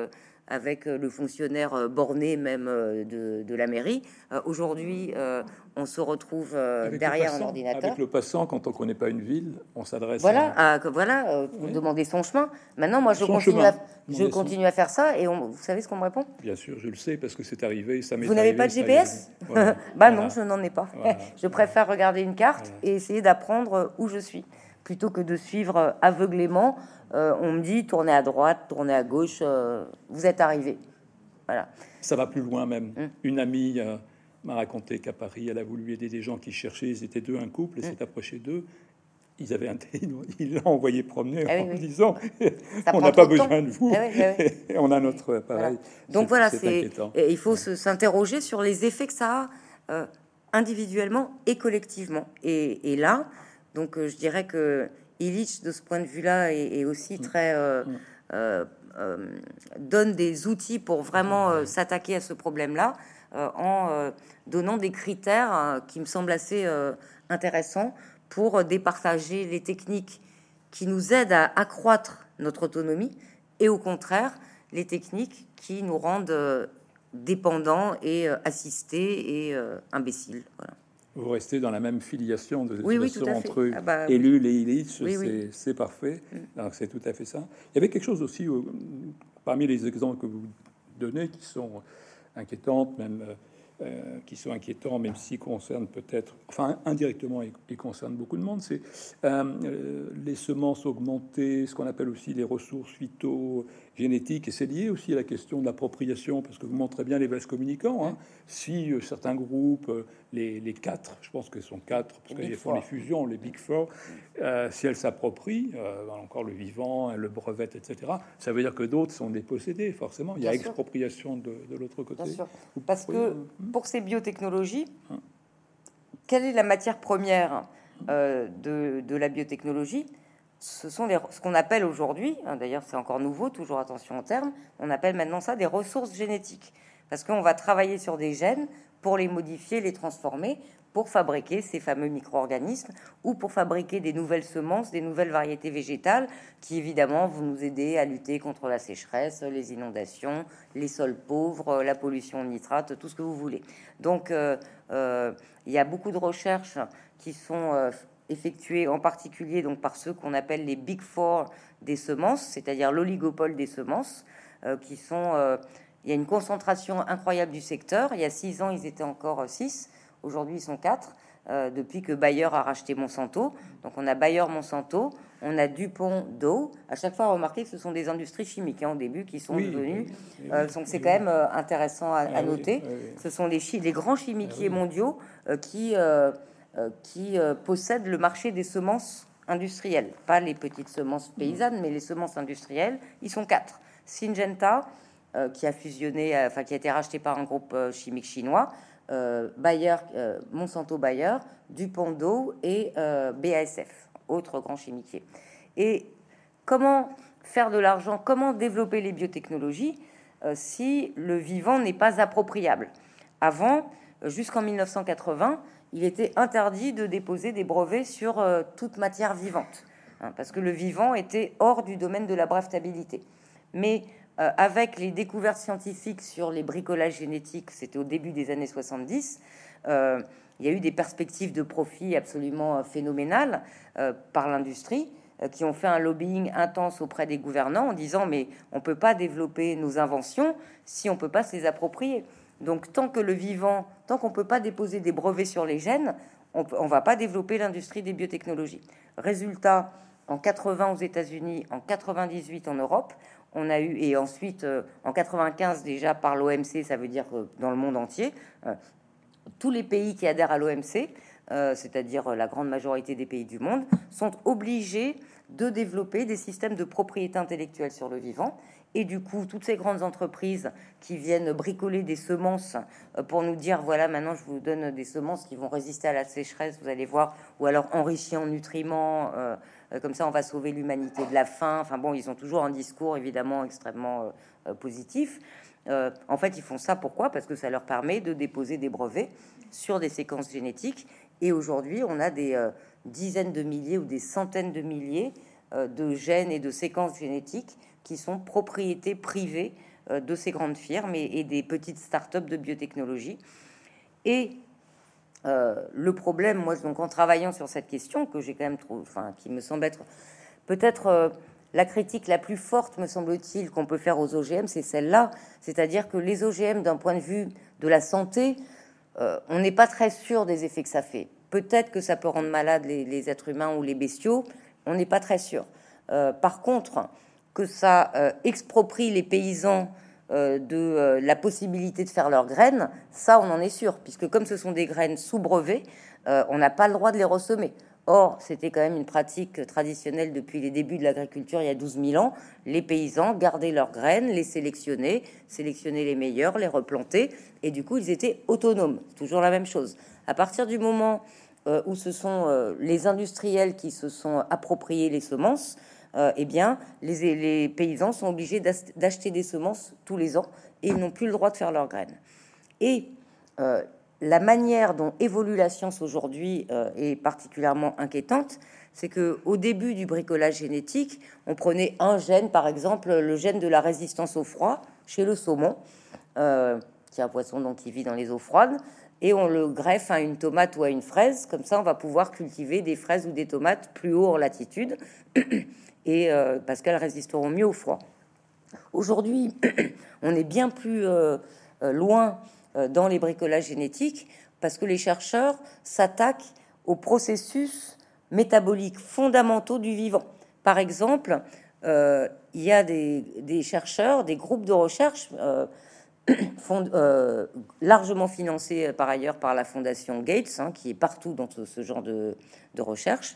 B: avec le fonctionnaire borné même de la mairie. Aujourd'hui, on se retrouve derrière un ordinateur.
A: Avec le passant, quand on connaît pas une ville, on s'adresse
B: pour demander son chemin. Maintenant, moi, je continue à faire ça, et vous savez ce qu'on me répond?
A: Bien sûr, je le sais, parce que c'est arrivé.
B: Vous n'avez pas de GPS?
A: Voilà.
B: Non, je n'en ai pas. Voilà. Je préfère regarder une carte et essayer d'apprendre où je suis, plutôt que de suivre aveuglément. On me dit, tournez à droite, tournez à gauche, vous êtes arrivé. Voilà.
A: Ça va plus loin même. Une amie m'a raconté qu'à Paris, elle a voulu aider des gens qui cherchaient. Ils étaient deux, un couple, et s'est approché d'eux. Ils avaient il l'a envoyé promener en disant on n'a pas besoin de vous, on a notre appareil.
B: Voilà. Donc il faut s'interroger sur les effets que ça a individuellement et collectivement. Et là, donc je dirais que Illich, de ce point de vue-là, est aussi très donne des outils pour vraiment s'attaquer à ce problème-là, en donnant des critères qui me semblent assez intéressants pour départager les techniques qui nous aident à accroître notre autonomie et au contraire les techniques qui nous rendent dépendants et assistés et imbéciles. Voilà.
A: Vous restez dans la même filiation de
B: tout à fait.
A: Entre élus et Illich, c'est parfait. Donc c'est tout à fait ça. Il y avait quelque chose aussi parmi les exemples que vous donnez qui sont inquiétantes, même s'ils concernent peut-être, enfin indirectement, ils concernent beaucoup de monde. C'est les semences augmentées, ce qu'on appelle aussi les ressources phytogénétiques, et c'est lié aussi à la question de l'appropriation, parce que vous montrez bien les vases communicants. Hein. Si certains groupes, les quatre, je pense que ce sont quatre, parce qu'ils font les fusions, les Big Four, si elles s'approprient, encore le vivant, le brevet, etc., ça veut dire que d'autres sont dépossédés, forcément. Il y a expropriation de l'autre côté.
B: Bien sûr. Parce que pour ces biotechnologies, quelle est la matière première de la biotechnologie? Ce sont ce qu'on appelle aujourd'hui, d'ailleurs c'est encore nouveau, toujours attention au terme, on appelle maintenant ça des ressources génétiques. Parce qu'on va travailler sur des gènes pour les modifier, les transformer, pour fabriquer ces fameux micro-organismes ou pour fabriquer des nouvelles semences, des nouvelles variétés végétales qui évidemment vont nous aider à lutter contre la sécheresse, les inondations, les sols pauvres, la pollution de nitrate, tout ce que vous voulez. Donc il y a beaucoup de recherches qui sont effectuées en particulier donc par ceux qu'on appelle les Big Four des semences, c'est-à-dire l'oligopole des semences, qui sont... il y a une concentration incroyable du secteur. Il y a 6 ans, ils étaient encore 6. Aujourd'hui, ils sont 4, depuis que Bayer a racheté Monsanto. Donc, on a Bayer-Monsanto, on a DuPont-Dow. À chaque fois, remarquez que ce sont des industries chimiques, au début, qui sont devenues... donc, c'est quand même intéressant à noter. Ce sont les grands chimiquiers mondiaux qui possèdent le marché des semences industrielles. Pas les petites semences paysannes, mais les semences industrielles. Ils sont 4. Syngenta, qui a fusionné, qui a été racheté par un groupe chimique chinois, Bayer, Monsanto Bayer, DuPont-Dow et BASF, autre grand chimiquier. Et comment faire de l'argent, comment développer les biotechnologies si le vivant n'est pas appropriable? Avant, jusqu'en 1980, il était interdit de déposer des brevets sur toute matière vivante, parce que le vivant était hors du domaine de la brevetabilité. Mais avec les découvertes scientifiques sur les bricolages génétiques, c'était au début des années 70, il y a eu des perspectives de profit absolument phénoménales par l'industrie, qui ont fait un lobbying intense auprès des gouvernants en disant mais on peut pas développer nos inventions si on peut pas se les approprier. Donc tant que le vivant, tant qu'on peut pas déposer des brevets sur les gènes, on va pas développer l'industrie des biotechnologies. Résultat, en 80 aux États-Unis, en 98 en Europe, on a eu, et ensuite en 95 déjà par l'OMC, ça veut dire dans le monde entier, tous les pays qui adhèrent à l'OMC, c'est-à-dire la grande majorité des pays du monde, sont obligés de développer des systèmes de propriété intellectuelle sur le vivant. Et du coup, toutes ces grandes entreprises qui viennent bricoler des semences pour nous dire, voilà, maintenant je vous donne des semences qui vont résister à la sécheresse, vous allez voir, ou alors enrichies en nutriments, comme ça on va sauver l'humanité de la faim. Enfin bon, ils ont toujours un discours évidemment extrêmement positif. En fait, ils font ça pourquoi? Parce que ça leur permet de déposer des brevets sur des séquences génétiques. Et aujourd'hui, on a des dizaines de milliers ou des centaines de milliers de gènes et de séquences génétiques qui sont propriétés privées de ces grandes firmes et des petites startups de biotechnologie. Et le problème, moi, donc en travaillant sur cette question, que j'ai quand même qui me semble être peut-être la critique la plus forte, me semble-t-il, qu'on peut faire aux OGM, c'est celle-là, c'est-à-dire que les OGM, d'un point de vue de la santé, on n'est pas très sûr des effets que ça fait. Peut-être que ça peut rendre malades les êtres humains ou les bestiaux, on n'est pas très sûr. Par contre, que ça exproprie les paysans de la possibilité de faire leurs graines, ça on en est sûr, puisque comme ce sont des graines sous brevet, on n'a pas le droit de les ressemer. Or, c'était quand même une pratique traditionnelle depuis les débuts de l'agriculture il y a 12 000 ans. Les paysans gardaient leurs graines, les sélectionnaient les meilleures, les replantaient, et du coup ils étaient autonomes. C'est toujours la même chose. À partir du moment où ce sont les industriels qui se sont appropriés les semences, eh bien, les paysans sont obligés d'acheter des semences tous les ans et ils n'ont plus le droit de faire leurs graines. Et la manière dont évolue la science aujourd'hui est particulièrement inquiétante. C'est que au début du bricolage génétique, on prenait un gène, par exemple, le gène de la résistance au froid chez le saumon, qui est un poisson donc qui vit dans les eaux froides, et on le greffe à une tomate ou à une fraise. Comme ça, on va pouvoir cultiver des fraises ou des tomates plus haut en latitude. Et parce qu'elles résisteront mieux au froid. Aujourd'hui, on est bien plus loin dans les bricolages génétiques parce que les chercheurs s'attaquent aux processus métaboliques fondamentaux du vivant. Par exemple, il y a des chercheurs, des groupes de recherche largement financés par ailleurs par la fondation Gates, qui est partout dans ce genre de recherche,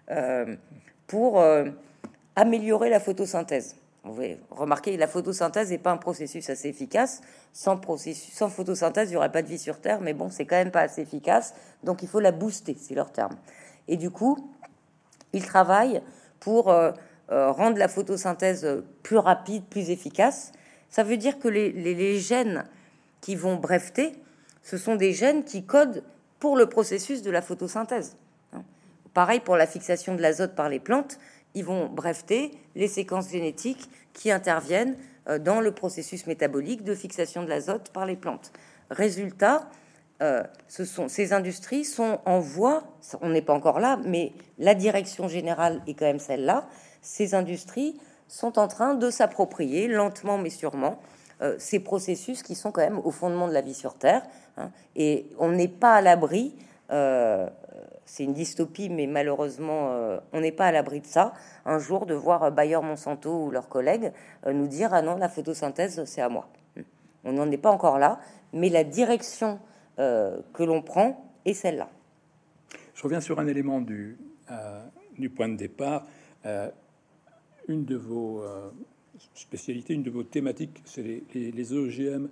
B: pour améliorer la photosynthèse. Vous pouvez remarquer, la photosynthèse n'est pas un processus assez efficace. Sans photosynthèse, il n'y aurait pas de vie sur Terre, mais bon, c'est quand même pas assez efficace, donc il faut la booster, c'est leur terme. Et du coup, ils travaillent pour rendre la photosynthèse plus rapide, plus efficace. Ça veut dire que les gènes qui vont breveter, ce sont des gènes qui codent pour le processus de la photosynthèse. Pareil pour la fixation de l'azote par les plantes, ils vont breveter les séquences génétiques qui interviennent dans le processus métabolique de fixation de l'azote par les plantes. Résultat, ces industries sont en voie, on n'est pas encore là, mais la direction générale est quand même celle-là. Ces industries sont en train de s'approprier, lentement mais sûrement, ces processus qui sont quand même au fondement de la vie sur Terre. Et on n'est pas à l'abri... c'est une dystopie, mais malheureusement, on n'est pas à l'abri de ça. Un jour, de voir Bayer Monsanto ou leurs collègues nous dire « Ah non, la photosynthèse, c'est à moi ». On n'en est pas encore là, mais la direction que l'on prend est celle-là.
A: Je reviens sur un élément du point de départ. Une de vos spécialités, une de vos thématiques, c'est les OGM.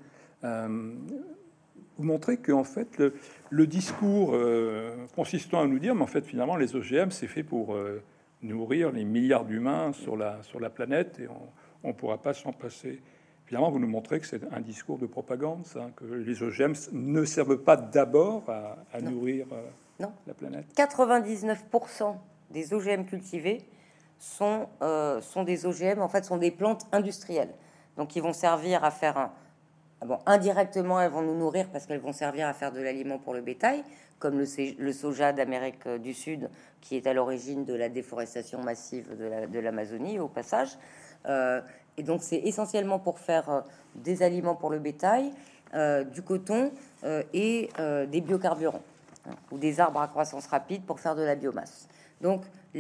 A: Vous montrez qu'en fait, le discours consistant à nous dire, mais en fait, finalement, les OGM, c'est fait pour nourrir les milliards d'humains sur la planète et on ne pourra pas s'en passer. Finalement, vous nous montrez que c'est un discours de propagande, ça, que les OGM ne servent pas d'abord à nourrir la planète.
B: 99% des OGM cultivés sont des OGM, en fait, sont des plantes industrielles. Donc, ils vont servir à faire indirectement, elles vont nous nourrir parce qu'elles vont servir à faire de l'aliment pour le bétail, comme le soja d'Amérique du Sud, qui est à l'origine de la déforestation massive de l'Amazonie, au passage. Et donc, c'est essentiellement pour faire des aliments pour le bétail, du coton et des biocarburants, ou des arbres à croissance rapide pour faire de la biomasse. Donc,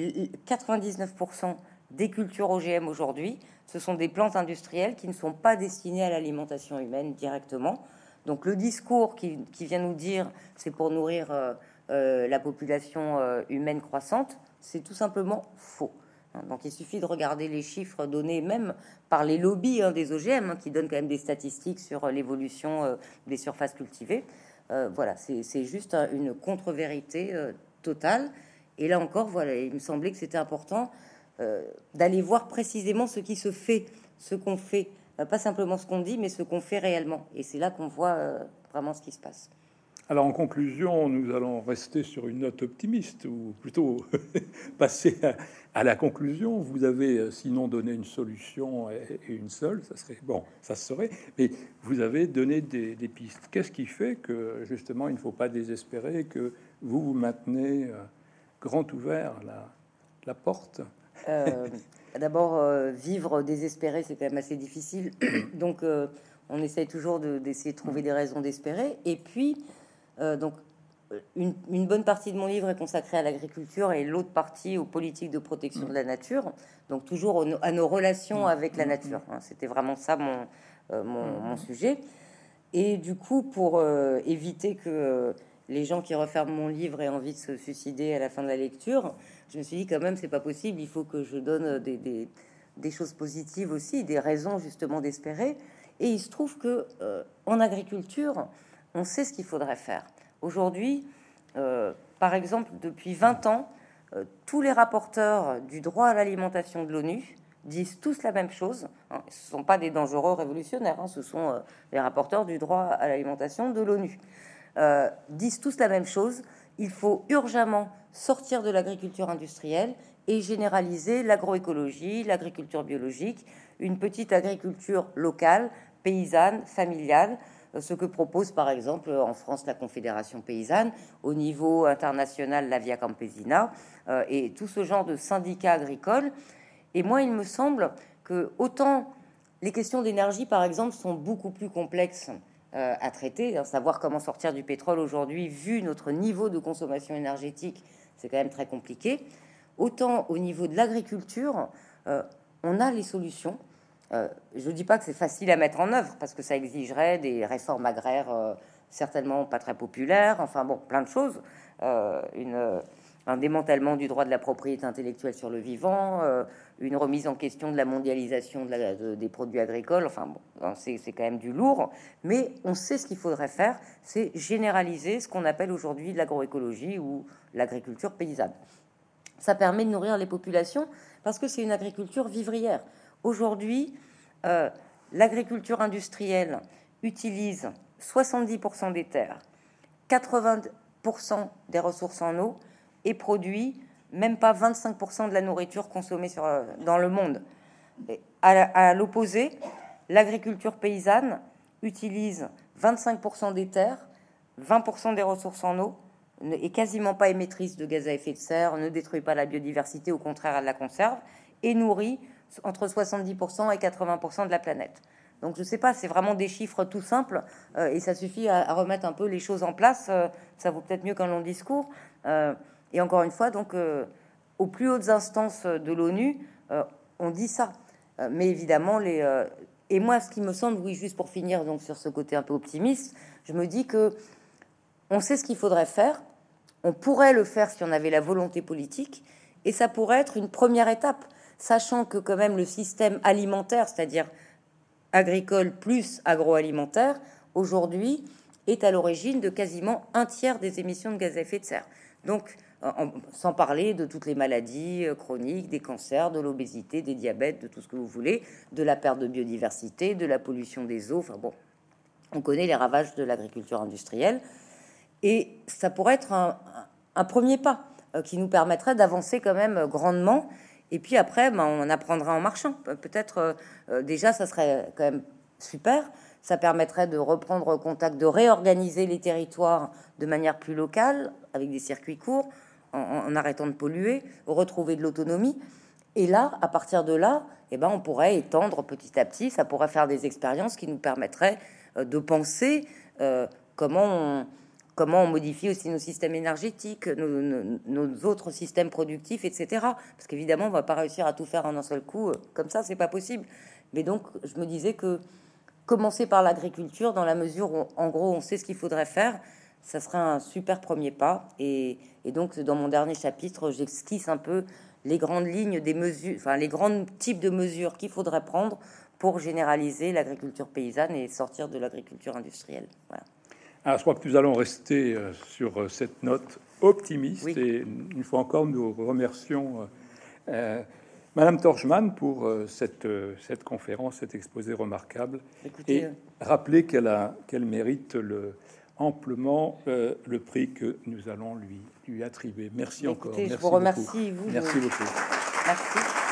B: 99% des cultures OGM aujourd'hui, ce sont des plantes industrielles qui ne sont pas destinées à l'alimentation humaine directement. Donc le discours qui vient nous dire c'est pour nourrir la population humaine croissante, c'est tout simplement faux. Donc il suffit de regarder les chiffres donnés même par les lobbies des OGM, qui donnent quand même des statistiques sur l'évolution des surfaces cultivées. Voilà, c'est juste une contre-vérité totale. Et là encore, voilà, il me semblait que c'était important d'aller voir précisément ce qui se fait, ce qu'on fait, pas simplement ce qu'on dit, mais ce qu'on fait réellement. Et c'est là qu'on voit vraiment ce qui se passe.
A: Alors, en conclusion, nous allons rester sur une note optimiste, ou plutôt passer à la conclusion. Vous avez sinon donné une solution et une seule, ça serait bon, ça se serait, mais vous avez donné des pistes. Qu'est-ce qui fait que justement il ne faut pas désespérer, que vous maintenez grand ouvert la porte?
B: D'abord, vivre désespéré, c'est quand même assez difficile. Donc, on essaye toujours d'essayer de trouver des raisons d'espérer. Et puis, donc, une bonne partie de mon livre est consacrée à l'agriculture et l'autre partie aux politiques de protection de la nature. Donc, toujours à nos relations avec la nature. Hein. C'était vraiment ça mon sujet. Et du coup, pour éviter que les gens qui referment mon livre aient envie de se suicider à la fin de la lecture, je me suis dit quand même, c'est pas possible. Il faut que je donne des choses positives aussi, des raisons justement d'espérer. Et il se trouve que en agriculture, on sait ce qu'il faudrait faire. Aujourd'hui, par exemple, depuis 20 ans, tous les rapporteurs du droit à l'alimentation de l'ONU disent tous la même chose. Hein. Ce ne sont pas des dangereux révolutionnaires, hein, ce sont les rapporteurs du droit à l'alimentation de l'ONU. Disent tous la même chose. Il faut urgemment sortir de l'agriculture industrielle et généraliser l'agroécologie, l'agriculture biologique, une petite agriculture locale, paysanne, familiale, ce que propose par exemple en France la Confédération paysanne, au niveau international la Via Campesina, et tout ce genre de syndicats agricoles. Et moi, il me semble que autant les questions d'énergie, par exemple, sont beaucoup plus complexes à traiter, savoir comment sortir du pétrole aujourd'hui, vu notre niveau de consommation énergétique, c'est quand même très compliqué. Autant au niveau de l'agriculture, on a les solutions. Je ne dis pas que c'est facile à mettre en œuvre, parce que ça exigerait des réformes agraires certainement pas très populaires, enfin bon, plein de choses. Un démantèlement du droit de la propriété intellectuelle sur le vivant, une remise en question de la mondialisation des produits agricoles. Enfin bon, c'est quand même du lourd, mais on sait ce qu'il faudrait faire, c'est généraliser ce qu'on appelle aujourd'hui l'agroécologie ou l'agriculture paysanne. Ça permet de nourrir les populations parce que c'est une agriculture vivrière. Aujourd'hui, l'agriculture industrielle utilise 70% des terres, 80% des ressources en eau et produit même pas 25% de la nourriture consommée dans le monde. Et à l'opposé, l'agriculture paysanne utilise 25% des terres, 20% des ressources en eau, est quasiment pas émettrice de gaz à effet de serre, ne détruit pas la biodiversité, au contraire, elle la conserve, et nourrit entre 70% et 80% de la planète. Donc je sais pas, c'est vraiment des chiffres tout simples, et ça suffit à remettre un peu les choses en place, ça vaut peut-être mieux qu'un long discours. Et encore une fois, donc, aux plus hautes instances de l'ONU, on dit ça. Mais évidemment, et moi, ce qui me semble, oui, juste pour finir donc sur ce côté un peu optimiste, je me dis que on sait ce qu'il faudrait faire, on pourrait le faire si on avait la volonté politique, et ça pourrait être une première étape, sachant que quand même le système alimentaire, c'est-à-dire agricole plus agroalimentaire, aujourd'hui, est à l'origine de quasiment un tiers des émissions de gaz à effet de serre. Donc, sans parler de toutes les maladies chroniques, des cancers, de l'obésité, des diabètes, de tout ce que vous voulez, de la perte de biodiversité, de la pollution des eaux. Enfin bon, on connaît les ravages de l'agriculture industrielle. Et ça pourrait être un premier pas qui nous permettrait d'avancer quand même grandement. Et puis après, on apprendra en marchant. Peut-être déjà, ça serait quand même super. Ça permettrait de reprendre contact, de réorganiser les territoires de manière plus locale, avec des circuits courts, en arrêtant de polluer, retrouver de l'autonomie. Et là, à partir de là, on pourrait étendre petit à petit. Ça pourrait faire des expériences qui nous permettraient de penser comment on modifie aussi nos systèmes énergétiques, nos autres systèmes productifs, etc. Parce qu'évidemment, on va pas réussir à tout faire en un seul coup. Comme ça, c'est pas possible. Mais donc, je me disais que commencer par l'agriculture, dans la mesure où, en gros, on sait ce qu'il faudrait faire, ça serait un super premier pas. Et donc, dans mon dernier chapitre, j'esquisse un peu les grandes lignes des mesures, enfin, les grands types de mesures qu'il faudrait prendre pour généraliser l'agriculture paysanne et sortir de l'agriculture industrielle. Voilà.
A: Alors, je crois que nous allons rester sur cette note optimiste. Oui. Et une fois encore, nous remercions Madame Torchmann pour cette conférence, cet exposé remarquable. Écoutez, et rappeler qu'elle mérite amplement le prix que nous allons lui attribuer. Merci encore.
B: Écoutez,
A: Merci
B: je vous remercie.
A: beaucoup. Merci beaucoup.
B: Merci.